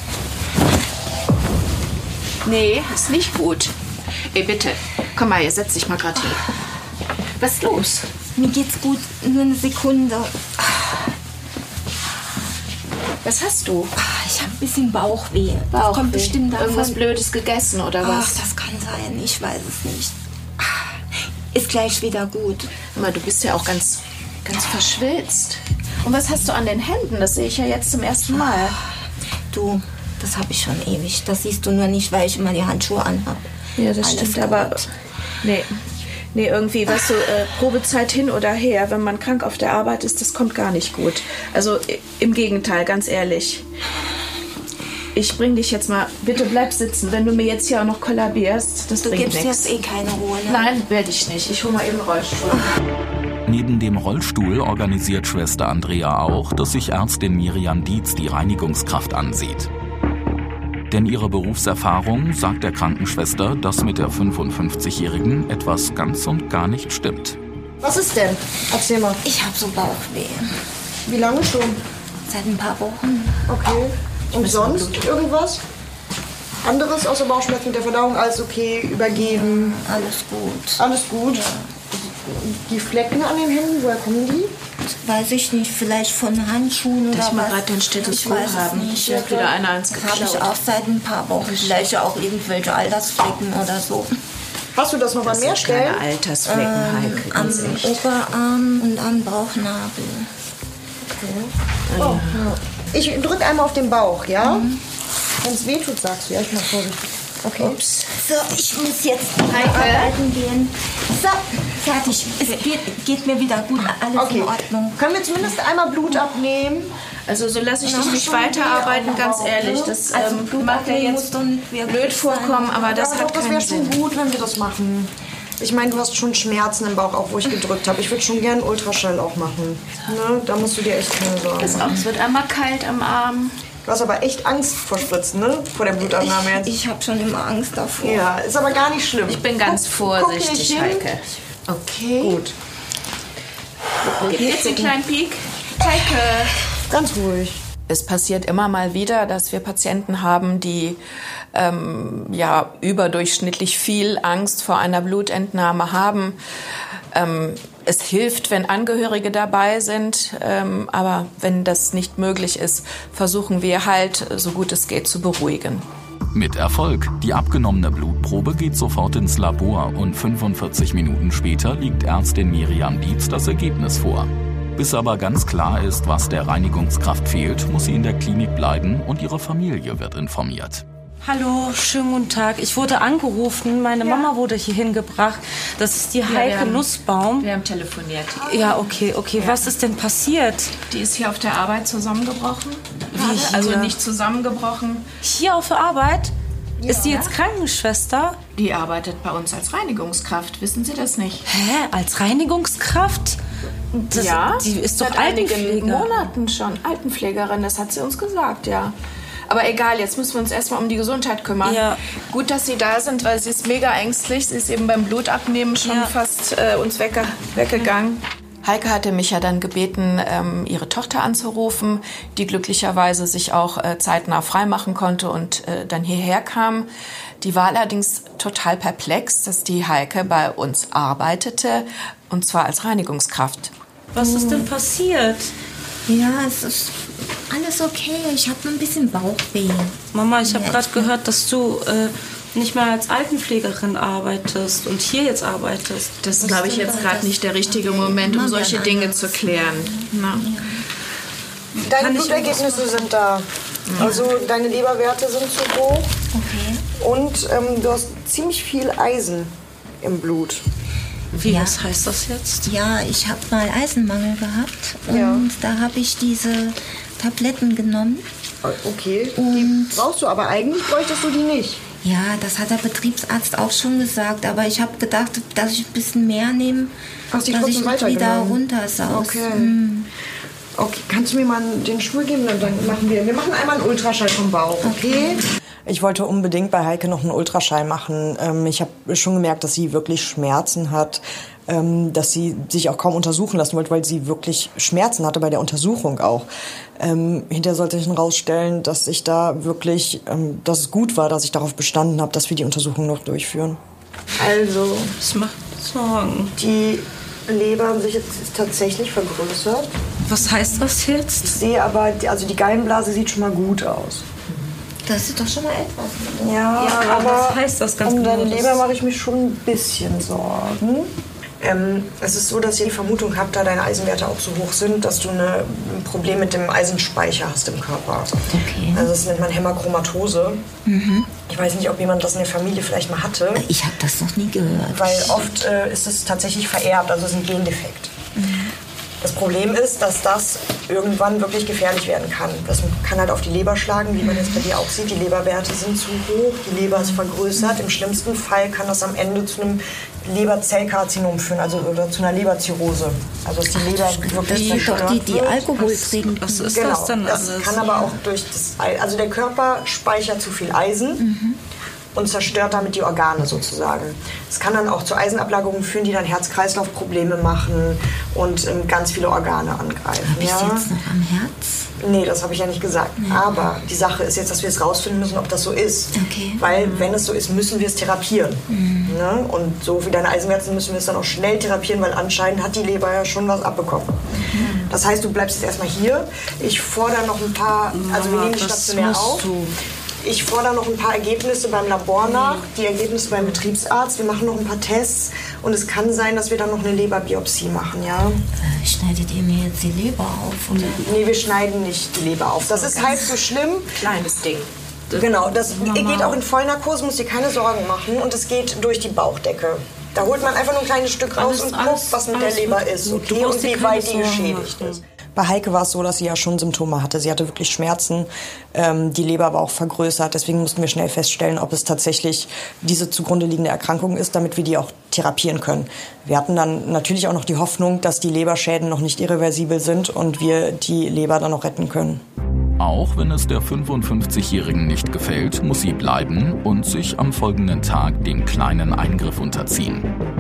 Nee, ist nicht gut. Ey, bitte, komm mal, setz dich mal gerade hin. Was ist los? Mir geht's gut, nur eine Sekunde. Was hast du? Ich habe ein bisschen Bauchweh. Das kommt bestimmt davon. Irgendwas Blödes gegessen oder was? Ach, das kann sein, ich weiß es nicht. Ist gleich wieder gut. Aber du bist ja auch ganz verschwitzt. Und was hast du an den Händen? Das sehe ich ja jetzt zum ersten Mal. Du, das habe ich schon ewig. Das siehst du nur nicht, weil ich immer die Handschuhe anhabe. Ja, das stimmt, aber... Nee, irgendwie, weißt du, Probezeit hin oder her, wenn man krank auf der Arbeit ist, das kommt gar nicht gut. Also im Gegenteil, ganz ehrlich. Ich bring dich jetzt mal, bitte bleib sitzen. Wenn du mir jetzt hier auch noch kollabierst, das bringt nichts. Du gibst jetzt keine Ruhe, ne? Nein, werde ich nicht. Ich hole mal eben einen Rollstuhl. Neben dem Rollstuhl organisiert Schwester Andrea auch, dass sich Ärztin Miriam Dietz die Reinigungskraft ansieht. Denn ihre Berufserfahrung sagt der Krankenschwester, dass mit der 55-Jährigen etwas ganz und gar nicht stimmt. Was ist denn? Erzähl mal. Ich habe so Bauchweh. Wie lange schon? Seit ein paar Wochen. Okay. Und sonst irgendwas? Anderes außer Bauchschmerzen mit der Verdauung? Alles okay? Übergeben? Alles gut. Alles gut? Ja. Die Flecken an den Händen, woher kommen die? Das weiß ich nicht, vielleicht von Handschuhen oder was. Ich mal gerade den Stethoskop haben. Ich habe wieder einer eins geklaut. Habe ich auch seit ein paar Wochen. Vielleicht auch irgendwelche Altersflecken oder so. Hast du das noch an mehr Stellen? Keine Altersflecken, Heike. Am Oberarm und am Bauchnabel. Okay. Oh, ja. Ich drücke einmal auf den Bauch, ja? Wenn es weh tut, sagst du. Ja, ich mach vorsichtig. Okay. Ups. So, ich muss jetzt arbeiten gehen. So, fertig. Es geht mir wieder gut. Alles in Ordnung. Können wir zumindest einmal Blut abnehmen? Also so lasse ich dich nicht weiterarbeiten, ganz ehrlich. Das mag ja jetzt blöd vorkommen, aber das hat keinen Sinn. Das wäre schon gut, wenn wir das machen. Ich meine, du hast schon Schmerzen im Bauch, auch wo ich gedrückt habe. Ich würde schon gerne Ultraschall auch machen. Ne? Da musst du dir echt keine Sorgen machen. Es wird einmal kalt am Arm. Du hast aber echt Angst vor Spritzen, ne? Vor der Blutabnahme jetzt. Ich habe schon immer Angst davor. Ja, ist aber gar nicht schlimm. Ich bin ganz vorsichtig, Heike. Okay. Gut. Gibt jetzt einen kleinen Peek? Heike. Ganz ruhig. Es passiert immer mal wieder, dass wir Patienten haben, die überdurchschnittlich viel Angst vor einer Blutentnahme haben. Es hilft, wenn Angehörige dabei sind, aber wenn das nicht möglich ist, versuchen wir halt, so gut es geht, zu beruhigen. Mit Erfolg. Die abgenommene Blutprobe geht sofort ins Labor und 45 Minuten später liegt Ärztin Miriam Dietz das Ergebnis vor. Bis aber ganz klar ist, was der Reinigungskraft fehlt, muss sie in der Klinik bleiben und ihre Familie wird informiert. Hallo, schönen guten Tag. Ich wurde angerufen, meine Mama wurde hier hingebracht. Das ist die Heike Nussbaum. Wir haben telefoniert. Ja, okay. Ja. Was ist denn passiert? Die ist hier auf der Arbeit zusammengebrochen. Wie hier? Also nicht zusammengebrochen. Hier auf der Arbeit? Ja. Ist die jetzt Krankenschwester? Die arbeitet bei uns als Reinigungskraft. Wissen Sie das nicht? Hä? Als Reinigungskraft? Die ist doch seit Altenpflegerin. einigen Monaten schon Altenpflegerin, das hat sie uns gesagt, ja. Aber egal, jetzt müssen wir uns erstmal um die Gesundheit kümmern. Ja. Gut, dass Sie da sind, weil sie ist mega ängstlich. Sie ist eben beim Blutabnehmen schon fast uns weggegangen. Heike hatte mich ja dann gebeten, ihre Tochter anzurufen, die glücklicherweise sich auch zeitnah freimachen konnte und dann hierher kam. Die war allerdings total perplex, dass die Heike bei uns arbeitete, und zwar als Reinigungskraft. Was ist denn passiert? Ja, es ist alles okay. Ich habe nur ein bisschen Bauchweh. Mama, ich habe gerade gehört, dass du nicht mehr als Altenpflegerin arbeitest und hier jetzt arbeitest. Das ist, glaube ich, jetzt gerade nicht der richtige Moment, um solche Dinge zu klären. Na. Deine Blutergebnisse sind da. Also deine Leberwerte sind zu hoch. Okay. Und du hast ziemlich viel Eisen im Blut. Was heißt das jetzt? Ja, ich habe mal Eisenmangel gehabt und da habe ich diese Tabletten genommen. Okay, die brauchst du, aber eigentlich bräuchtest du die nicht. Ja, das hat der Betriebsarzt auch schon gesagt, aber ich habe gedacht, dass ich ein bisschen mehr nehme, dass ich wieder runtersaus. Okay. Okay, kannst du mir mal den Stuhl geben? Dann machen wir einmal einen Ultraschall vom Bauch, okay? Ich wollte unbedingt bei Heike noch einen Ultraschall machen. Ich habe schon gemerkt, dass sie wirklich Schmerzen hat, dass sie sich auch kaum untersuchen lassen wollte, weil sie wirklich Schmerzen hatte bei der Untersuchung auch. Hinterher sollte sich herausstellen, dass ich da wirklich, dass es gut war, dass ich darauf bestanden habe, dass wir die Untersuchung noch durchführen. Also, das macht Sorgen. Die Leber haben sich jetzt tatsächlich vergrößert. Was heißt das jetzt? Ich sehe aber, die Gallenblase sieht schon mal gut aus. Das ist doch schon mal etwas. Ja, aber was heißt das ganz um genau? deine Leber mache ich mich schon ein bisschen Sorgen. Es ist so, dass ihr die Vermutung habt, da deine Eisenwerte auch so hoch sind, dass du ein Problem mit dem Eisenspeicher hast im Körper. Okay. Also das nennt man Hämachromatose. Mhm. Ich weiß nicht, ob jemand das in der Familie vielleicht mal hatte. Ich habe das noch nie gehört. Weil oft ist es tatsächlich vererbt, also es ist ein Gendefekt. Mhm. Das Problem ist, dass das irgendwann wirklich gefährlich werden kann. Das kann halt auf die Leber schlagen, wie man jetzt bei dir auch sieht. Die Leberwerte sind zu hoch, die Leber ist vergrößert. Im schlimmsten Fall kann das am Ende zu einem Leberzellkarzinom führen, oder zu einer Leberzirrhose. Also dass die Leber wirklich zerstört wird. Die alkoholträgend. Was ist genau, das denn das alles? kann aber auch durch das... Also der Körper speichert zu viel Eisen. Und zerstört damit die Organe sozusagen. Es kann dann auch zu Eisenablagerungen führen, die dann Herz-Kreislauf-Probleme machen und ganz viele Organe angreifen. Habe ich jetzt noch am Herz? Nee, das habe ich ja nicht gesagt. Nee. Aber die Sache ist jetzt, dass wir es rausfinden müssen, ob das so ist. Okay. Weil wenn es so ist, müssen wir es therapieren. Ne? Und so wie deine Eisenwerte sind, müssen wir es dann auch schnell therapieren, weil anscheinend hat die Leber ja schon was abbekommen. Das heißt, du bleibst jetzt erstmal hier. Ich fordere noch ein paar, also wir nehmen die stationär auf. Ich fordere noch ein paar Ergebnisse beim Labor nach, die Ergebnisse beim Betriebsarzt. Wir machen noch ein paar Tests und es kann sein, dass wir dann noch eine Leberbiopsie machen, ja? Schneidet ihr mir jetzt die Leber auf? Oder? Nee, wir schneiden nicht die Leber auf. Das ist halb so schlimm. Kleines Ding. Genau, das geht auch in Vollnarkose, muss dir keine Sorgen machen und es geht durch die Bauchdecke. Da holt man einfach nur ein kleines Stück raus und guckt, was mit der Leber ist, okay, und wie weit die geschädigt ist. Bei Heike war es so, dass sie ja schon Symptome hatte. Sie hatte wirklich Schmerzen, die Leber war auch vergrößert. Deswegen mussten wir schnell feststellen, ob es tatsächlich diese zugrunde liegende Erkrankung ist, damit wir die auch therapieren können. Wir hatten dann natürlich auch noch die Hoffnung, dass die Leberschäden noch nicht irreversibel sind und wir die Leber dann noch retten können. Auch wenn es der 55-Jährigen nicht gefällt, muss sie bleiben und sich am folgenden Tag dem kleinen Eingriff unterziehen.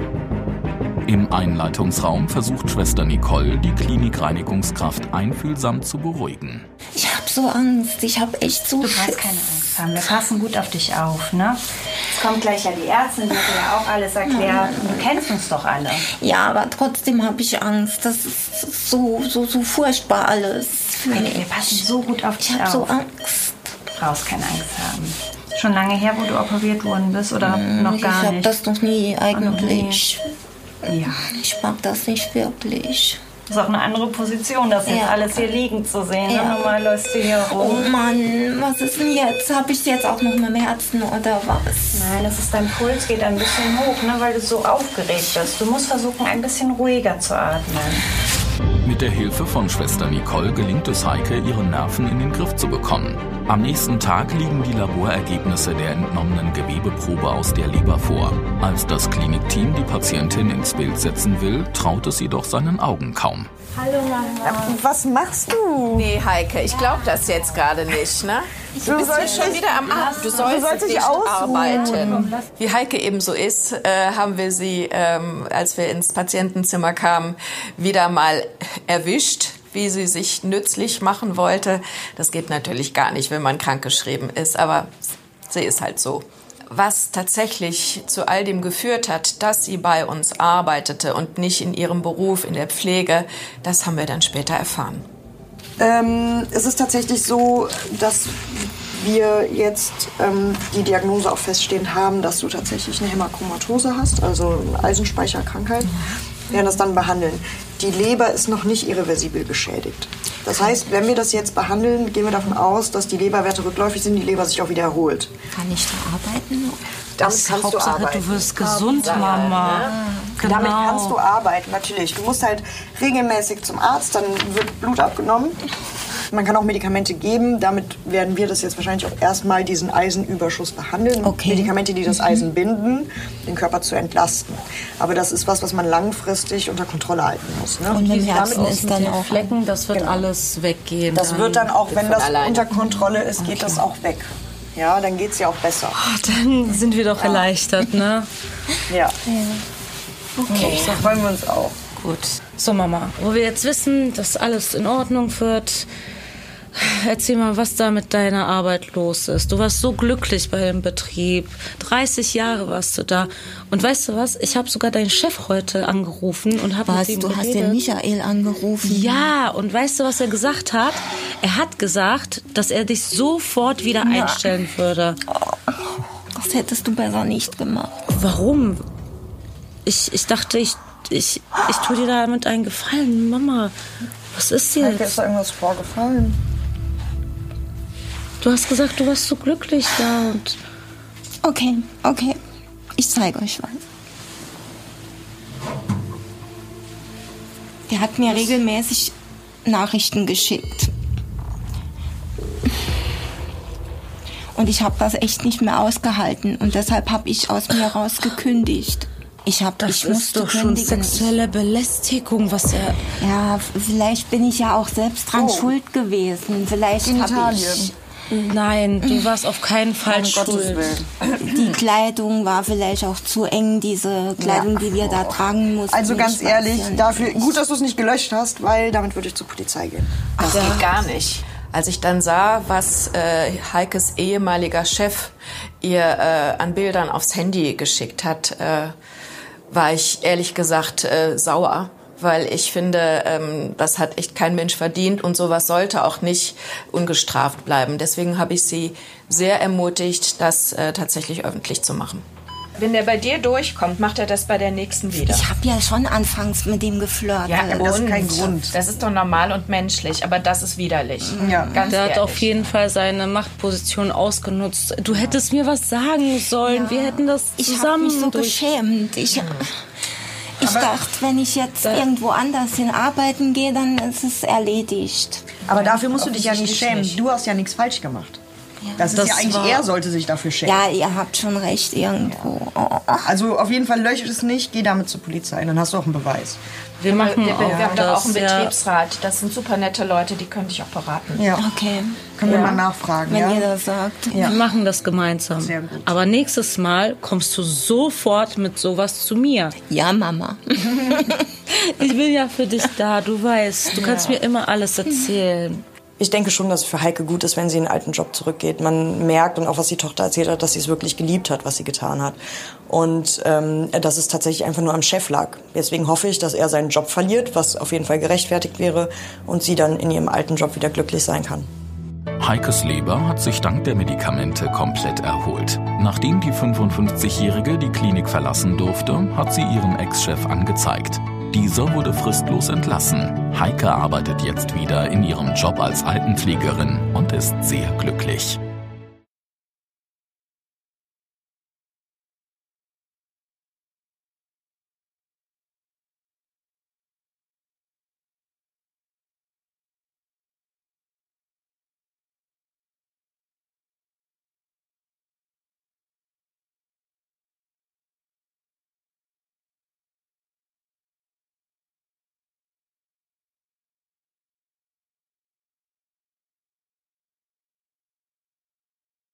Im Einleitungsraum versucht Schwester Nicole, die Klinikreinigungskraft einfühlsam zu beruhigen. Ich habe so Angst. Ich habe echt so Du brauchst keine Angst haben. Wir passen gut auf dich auf, ne? Jetzt kommt gleich ja die Ärztin, die hat dir ja auch alles erklärt. Du kennst uns doch alle. Ja, aber trotzdem habe ich Angst. Das ist so furchtbar alles. Wir passen so gut auf dich auf. Ich habe so Angst. Du brauchst keine Angst haben. Schon lange her, wo du operiert worden bist oder noch gar nicht? Ich habe das noch nie eigentlich. Ja. Ich mag das nicht wirklich. Das ist auch eine andere Position, das jetzt alles hier liegend zu sehen. Ja. Normal läufst du hier rum. Oh Mann, was ist denn jetzt? Habe ich jetzt auch noch mit dem Herzen oder was? Nein, das ist dein Puls geht ein bisschen hoch, ne, weil du so aufgeregt bist. Du musst versuchen, ein bisschen ruhiger zu atmen. Mit der Hilfe von Schwester Nicole gelingt es Heike, ihre Nerven in den Griff zu bekommen. Am nächsten Tag liegen die Laborergebnisse der entnommenen Gewebeprobe aus der Leber vor. Als das Klinikteam die Patientin ins Bild setzen will, traut es jedoch seinen Augen kaum. Hallo Mama. Was machst du? Nee, Heike, ich glaube das jetzt gerade nicht, ne? Du sollst schon wieder am Arzt. Du sollst dich arbeiten. Wie Heike eben so ist, haben wir sie, als wir ins Patientenzimmer kamen, wieder mal erwischt, wie sie sich nützlich machen wollte. Das geht natürlich gar nicht, wenn man krankgeschrieben ist, aber sie ist halt so. Was tatsächlich zu all dem geführt hat, dass sie bei uns arbeitete und nicht in ihrem Beruf, in der Pflege, das haben wir dann später erfahren. Es ist tatsächlich so, dass wir jetzt die Diagnose auch feststehend haben, dass du tatsächlich eine Hämatomatose hast, also eine Eisenspeicherkrankheit. Wir werden das dann behandeln. Die Leber ist noch nicht irreversibel geschädigt. Das heißt, wenn wir das jetzt behandeln, gehen wir davon aus, dass die Leberwerte rückläufig sind, die Leber sich auch wieder erholt. Kann ich da arbeiten? Damit kannst du arbeiten. Du wirst gesund, Mama. Genau. Damit kannst du arbeiten, natürlich. Du musst halt regelmäßig zum Arzt, dann wird Blut abgenommen. Man kann auch Medikamente geben. Damit werden wir das jetzt wahrscheinlich auch erstmal diesen Eisenüberschuss behandeln. Okay. Medikamente, die das Eisen binden, den Körper zu entlasten. Aber das ist was man langfristig unter Kontrolle halten muss. Ne? Und mit Herzen ist dann auch Flecken, das wird alles weggehen. Das wird dann auch, wenn das unter Kontrolle ist, geht das auch weg. Ja, dann geht's ja auch besser. Oh, dann sind wir doch erleichtert, ne? Ja. Okay. Da freuen wir uns auch. Gut. So, Mama, wo wir jetzt wissen, dass alles in Ordnung wird, erzähl mal, was da mit deiner Arbeit los ist. Du warst so glücklich bei dem Betrieb. 30 Jahre warst du da. Und weißt du was? Ich habe sogar deinen Chef heute angerufen und habe mit ihm geredet. Du hast den Michael angerufen? Ja, und weißt du, was er gesagt hat? Er hat gesagt, dass er dich sofort wieder einstellen würde. Das hättest du besser nicht gemacht. Warum? Ich dachte, ich tue dir damit einen Gefallen. Mama, was ist jetzt? Ist da irgendwas vorgefallen? Du hast gesagt, du warst so glücklich da und... Okay. Ich zeige euch was. Der hat mir regelmäßig Nachrichten geschickt. Und ich habe das echt nicht mehr ausgehalten. Und deshalb habe ich aus mir raus gekündigt. Das ist doch schon sexuelle Belästigung, was er... Ja, vielleicht bin ich ja auch selbst dran schuld gewesen. Vielleicht habe ich... Nein, du warst auf keinen Fall schuld. Die Kleidung war vielleicht auch zu eng, diese Kleidung, die wir da tragen mussten. Also ganz ehrlich, dafür gut, dass du es nicht gelöscht hast, weil damit würde ich zur Polizei gehen. Das geht gar nicht. Als ich dann sah, was Heikes ehemaliger Chef ihr an Bildern aufs Handy geschickt hat, war ich ehrlich gesagt sauer. Weil ich finde, das hat echt kein Mensch verdient und sowas sollte auch nicht ungestraft bleiben. Deswegen habe ich sie sehr ermutigt, das tatsächlich öffentlich zu machen. Wenn der bei dir durchkommt, macht er das bei der nächsten wieder. Ich habe ja schon anfangs mit ihm geflirtet. Ja, das ist kein Grund. Das ist doch normal und menschlich, aber das ist widerlich. Ja. Ganz der ehrlich. hat auf jeden Fall seine Machtposition ausgenutzt. Du hättest mir was sagen sollen. Ja. Wir hätten das zusammen... Ich habe mich so geschämt. Ich dachte, wenn ich jetzt irgendwo anders hin arbeiten gehe, dann ist es erledigt. Aber dafür musst du dich ja nicht schämen. Du hast ja nichts falsch gemacht. Das ist ja eigentlich, er sollte sich dafür schämen. Ja, ihr habt schon recht irgendwo. Also auf jeden Fall lösch es nicht, geh damit zur Polizei, dann hast du auch einen Beweis. Wir haben da auch einen Betriebsrat. Das sind super nette Leute, die können dich auch beraten. Ja. Okay. Können wir mal nachfragen, wenn ihr das sagt. Ja. Wir machen das gemeinsam. Sehr gut. Aber nächstes Mal kommst du sofort mit sowas zu mir. Ja, Mama. Ich bin ja für dich da, du weißt. Du kannst mir immer alles erzählen. Ich denke schon, dass es für Heike gut ist, wenn sie in den alten Job zurückgeht. Man merkt, und auch was die Tochter erzählt hat, dass sie es wirklich geliebt hat, was sie getan hat. Und dass es tatsächlich einfach nur am Chef lag. Deswegen hoffe ich, dass er seinen Job verliert, was auf jeden Fall gerechtfertigt wäre, und sie dann in ihrem alten Job wieder glücklich sein kann. Heikes Leber hat sich dank der Medikamente komplett erholt. Nachdem die 55-Jährige die Klinik verlassen durfte, hat sie ihren Ex-Chef angezeigt. Dieser wurde fristlos entlassen. Heike arbeitet jetzt wieder in ihrem Job als Altenpflegerin und ist sehr glücklich.